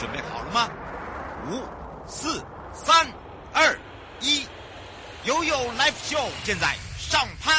准备好了吗？5、4、3、2、1，悠悠 Live Show 现在上拍。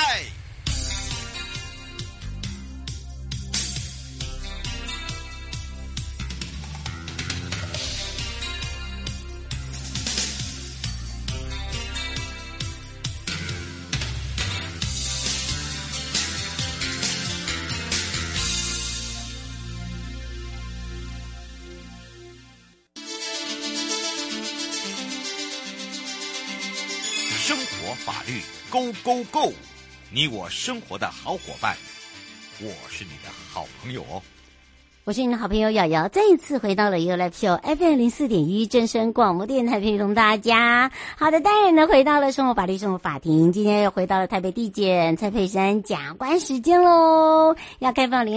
生活法律 Go Go Go， 你我生活的好伙伴，我是你的好朋友哦。 我是你的好朋友瑶瑶，再一次回到了悠悠 Live Show FM 04.1正声广播电台，陪同大家。好的，当然呢，回到了生活法律生活法庭，今天又回到了台北地检蔡佩珊检官时间喽，要开放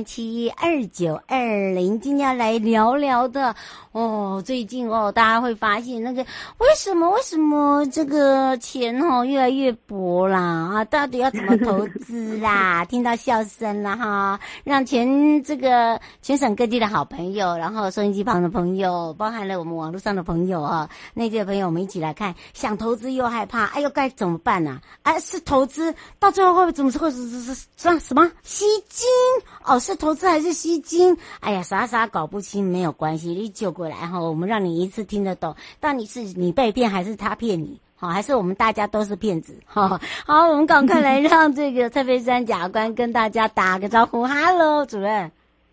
02372920，今天要来聊聊的最近大家会发现那个为什么这个钱越来越薄啦啊，到底要怎么投资啦？听到笑声啦哈，让全省各地的好朋友，然后收音机旁的朋友，包含了我们网络上的朋友内地的朋友，我们一起来看，想投资又害怕，又该怎么办呢？是投资到最后会怎么会是什么吸金？是投资还是吸金？哎呀，啥搞不清没有关系，你就过来我们让你一次听得懂，到底是你被骗还是他骗你？还是我们大家都是骗子？好，我们赶快来让这个蔡佩珊检察官跟大家打个招呼。Hello， 主任。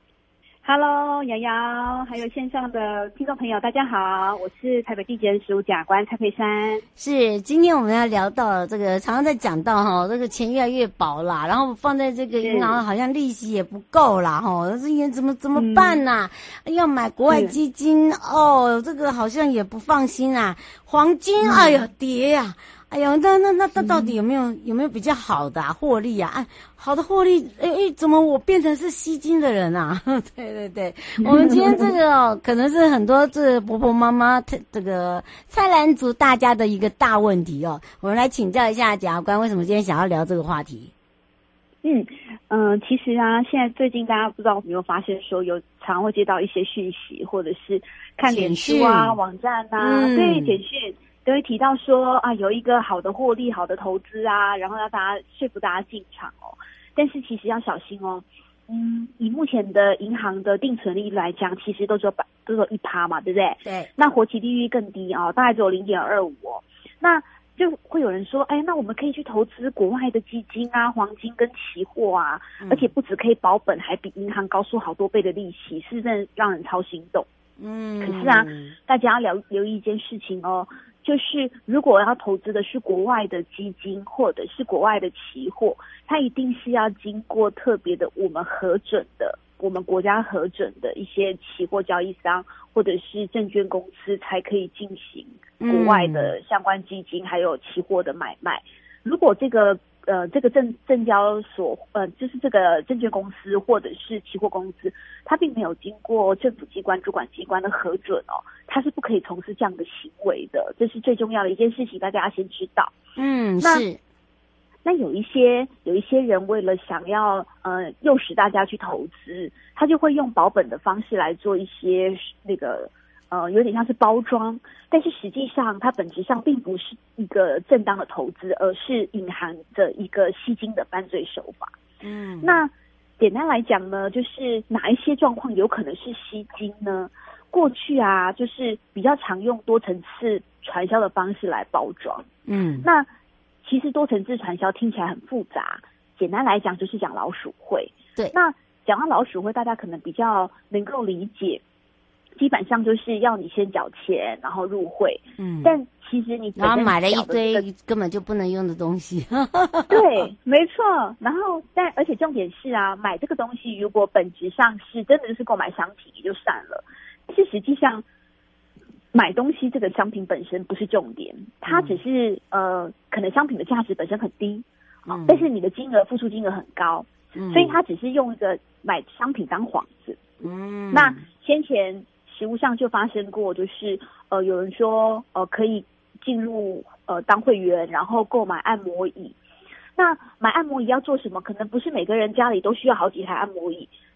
Hello， 瑶瑶，还有线上的听众朋友，大家好，我是台北地检署检察官蔡佩珊。是， 今天我们要聊到这个，常常在讲到这个钱越来越薄啦，然后放在这个银行好像利息也不够啦，这怎么办呐？要买国外基金这个好像也不放心啊，黄金哎呀跌呀。哎呀，那到底有没有比较好的获利啊？好的获利，怎么我变成是吸金的人啊？对，我们今天这个可能是很多这婆婆妈妈这个菜篮族大家的一个大问题我们来请教一下检察官，为什么今天想要聊这个话题？ 其实现在最近大家不知道有没有发现说，有常会接到一些讯息，或者是看脸书网站对简讯。都会提到说有一个好的获利、好的投资然后要大家说服大家进场但是其实要小心以目前的银行的定存利率来讲，其实都只有1%嘛，对不对？ 对。 那活期利率更低大概只有0.25那就会有人说，那我们可以去投资国外的基金黄金跟期货而且不只可以保本，还比银行高出好多倍的利息，是真的让人超心动。可是大家要留意一件事情就是如果要投资的是国外的基金或者是国外的期货，它一定是要经过特别的我们国家核准的一些期货交易商或者是证券公司才可以进行国外的相关基金还有期货的买卖。如果这个证交所就是这个证券公司或者是期货公司，它并没有经过政府机关主管机关的核准它是不可以从事这样的行为的，这是最重要的一件事情，大家要先知道。那有一些人为了想要诱使大家去投资，他就会用保本的方式来做一些有点像是包装，但是实际上它本质上并不是一个正当的投资，而是隐含着一个吸金的犯罪手法。那简单来讲呢，就是哪一些状况有可能是吸金呢？过去就是比较常用多层次传销的方式来包装。那其实多层次传销听起来很复杂，简单来讲就是讲老鼠会。 对， 那讲到老鼠会，大家可能比较能够理解。基本上就是要你先缴钱，然后入会。但其实你然后买了一堆根本就不能用的东西。 对，没错。然后而且重点是买这个东西如果本质上是真的就是购买商品也就算了，但是实际上买东西这个商品本身不是重点，它只是可能商品的价值本身很低但是你的付出金额很高，所以它只是用一个买商品当幌子。那先前实务上就发生过，就是有人说可以进入当会员，然后购买按摩椅。那买按摩椅要做什么？可能不是每个人家里都需要好几台按摩椅，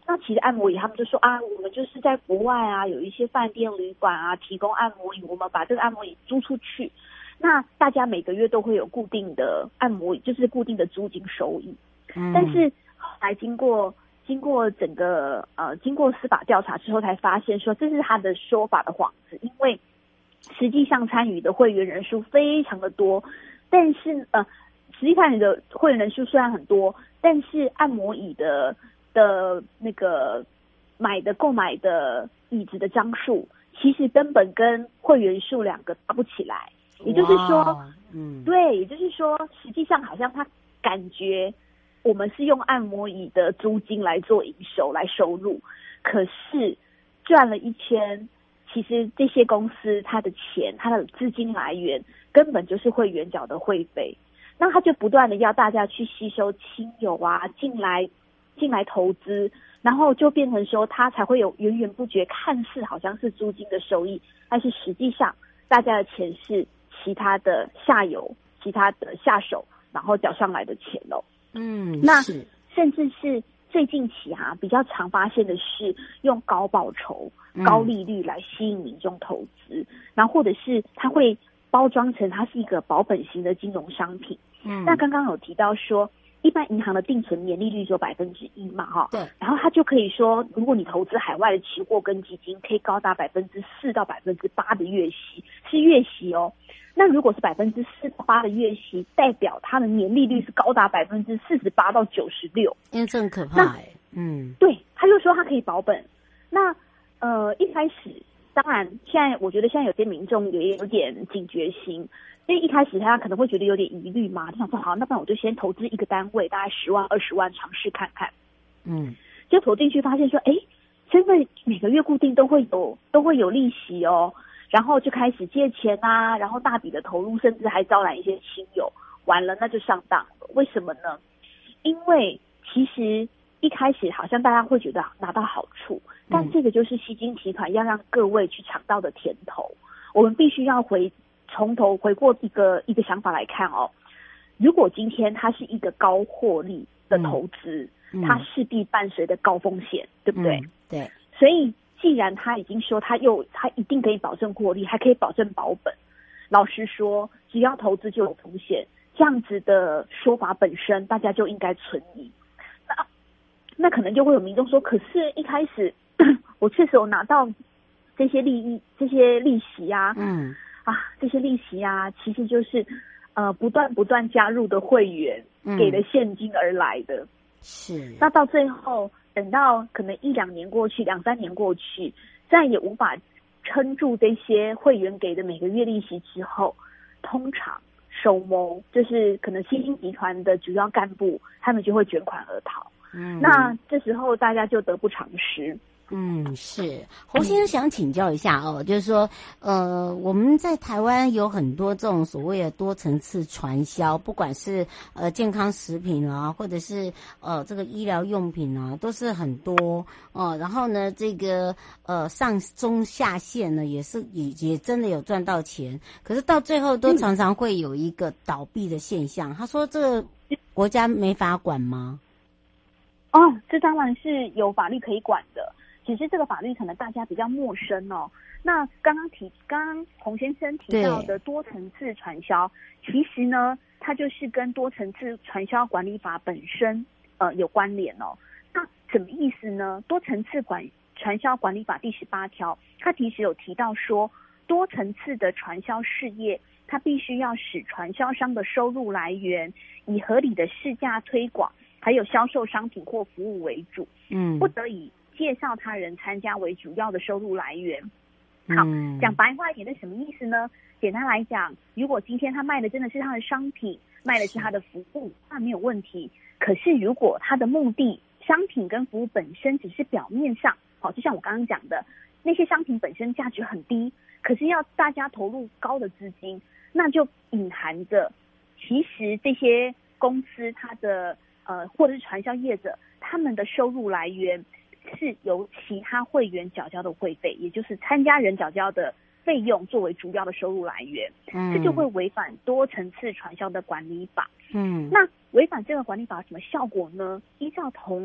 那其实按摩椅他们就说啊，我们就是在国外啊，有一些饭店旅馆啊提供按摩椅，我们把这个按摩椅租出去，那大家每个月都会有固定的按摩椅，就是固定的租金收益。但是后来经过整个经过司法调查之后，才发现说这是他的说法的幌子，因为实际上参与的会员人数非常的多，但是实际参与的会员人数虽然很多，但是按摩椅的那个购买的椅子的张数，其实根本跟会员数两个搭不起来。也就是说，对，也就是说，实际上好像他感觉我们是用按摩椅的租金来做营收来收入，可是赚了1000，其实这些公司它的钱，它的资金来源根本就是会员缴的会费，那他就不断的要大家去吸收亲友啊进来投资，然后就变成说他才会有源源不绝，看似好像是租金的收益，但是实际上大家的钱是其他的下游、其他的下手，然后缴上来的钱哦。那甚至是最近期比较常发现的是用高报酬、高利率来吸引民众投资，然后或者是他会包装成它是一个保本型的金融商品。那刚刚有提到说，一般银行的定存年利率只有1%嘛，哈，对，然后他就可以说，如果你投资海外的期货跟基金，可以高达4%到8%的月息，是月息哦。那如果是4%到8%的月息，代表它的年利率是高达48%到96%， 因为这很可怕对，他就说他可以保本。那一开始，当然现在我觉得现在有些民众也有点警觉心，因为一开始他可能会觉得有点疑虑嘛，就想说好，那不然我就先投资一个单位，大概10万、20万尝试看看。就投进去发现说，真的每个月固定都会有利息哦。然后就开始借钱啊，然后大笔的投入，甚至还招揽一些亲友，完了那就上当了。为什么呢？因为其实一开始好像大家会觉得拿到好处，但这个就是吸金集团要让各位去尝到的甜头。我们必须要从头回过一个想法来看哦。如果今天它是一个高获利的投资，它势必伴随着高风险，对不对？ 对。 所以既然他已经说他一定可以保证获利，还可以保证保本，老实说，只要投资就有风险，这样子的说法本身，大家就应该存疑。那可能就会有民众说，可是一开始我确实有拿到这些利息啊，这些利息啊，其实就是不断加入的会员给的现金而来的。 是。 那到最后，等到可能1-2年过去，2-3年过去，再也无法撑住这些会员给的每个月利息之后，通常首谋就是可能新兴集团的主要干部，他们就会卷款而逃。那这时候大家就得不偿失。 是。侯先生想请教一下哦，就是说，我们在台湾有很多这种所谓的多层次传销，不管是健康食品啊，或者是这个医疗用品啊，都是很多然后呢，这个上中下线呢，也真的有赚到钱，可是到最后都常常会有一个倒闭的现象。他说，这个国家没法管吗？ 这当然是有法律可以管的。只是这个法律可能大家比较陌生哦。那刚刚洪先生提到的多层次传销，其实呢，它就是跟多层次传销管理法本身有关联哦。那什么意思呢？多层次传销管理法第18条，它其实有提到说，多层次的传销事业，它必须要使传销商的收入来源以合理的市价推广，还有销售商品或服务为主，不得以介绍他人参加为主要的收入来源。好，讲白话一点，那什么意思呢？简单来讲，如果今天他卖的真的是他的商品，卖的是他的服务，那没有问题。可是如果他的目的，商品跟服务本身只是表面上，好，就像我刚刚讲的，那些商品本身价值很低，可是要大家投入高的资金，那就隐含着其实这些公司它的或者是传销业者，他们的收入来源是由其他会员缴交的会费，也就是参加人缴交的费用作为主要的收入来源，这就会违反多层次传销的管理法。那违反这个管理法有什么效果呢？依照同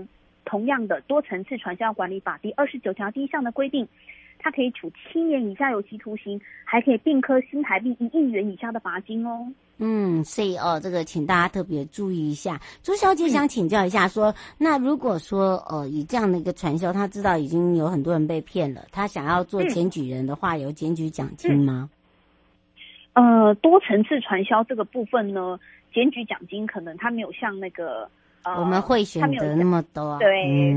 同样的多层次传销管理法第29条第1项的规定，它可以处7年以下有期徒刑，还可以并科新台币1亿元以下的罚金哦。 所以这个请大家特别注意一下。朱小姐想请教一下说，那如果说以这样的一个传销，他知道已经有很多人被骗了，他想要做检举人的话，有检举奖金吗？ 多层次传销这个部分呢，检举奖金可能他没有像那个我们会选择那么多。 对，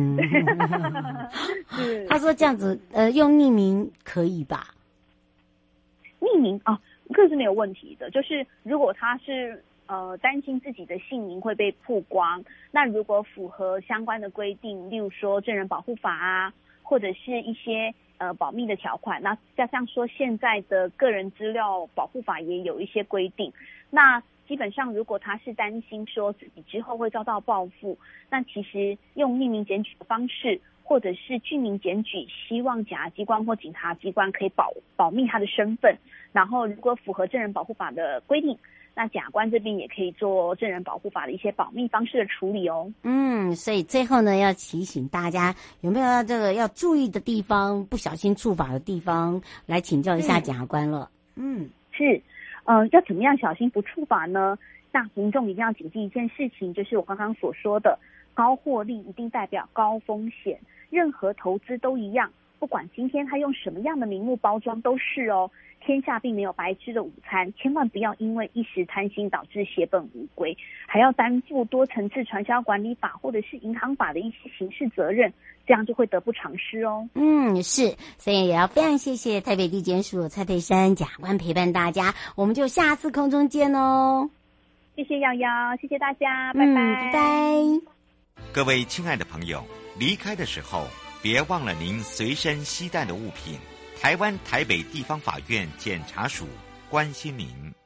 他说这样子用匿名可以吧？ 匿名这是没有问题的，就是如果他是担心自己的姓名会被曝光，那如果符合相关的规定，例如说证人保护法啊，或者是一些保密的条款，那加上说现在的个人资料保护法也有一些规定，那基本上如果他是担心说自己之后会遭到报复，那其实用匿名检举的方式，或者是具名检举，希望检察机关或警察机关可以保密他的身份，然后如果符合证人保护法的规定，那检察官这边也可以做证人保护法的一些保密方式的处理哦。 所以最后呢，要提醒大家有没有这个要注意的地方，不小心触法的地方，来请教一下检察官了。 是，要怎么样小心不触法呢？那民众一定要谨记一件事情，就是我刚刚所说的，高获利一定代表高风险，任何投资都一样，不管今天他用什么样的名目包装都是哦。天下并没有白吃的午餐，千万不要因为一时贪心导致血本无归，还要担负多层次传销管理法或者是银行法的一些刑事责任，这样就会得不偿失哦。 是，所以也要非常谢谢台北地检署蔡佩珊检察官陪伴大家，我们就下次空中见哦。 谢谢瑶瑶，谢谢大家，拜拜， 拜拜。 各位亲爱的朋友，离开的时候别忘了您随身携带的物品。台湾台北地方法院检察署关心您。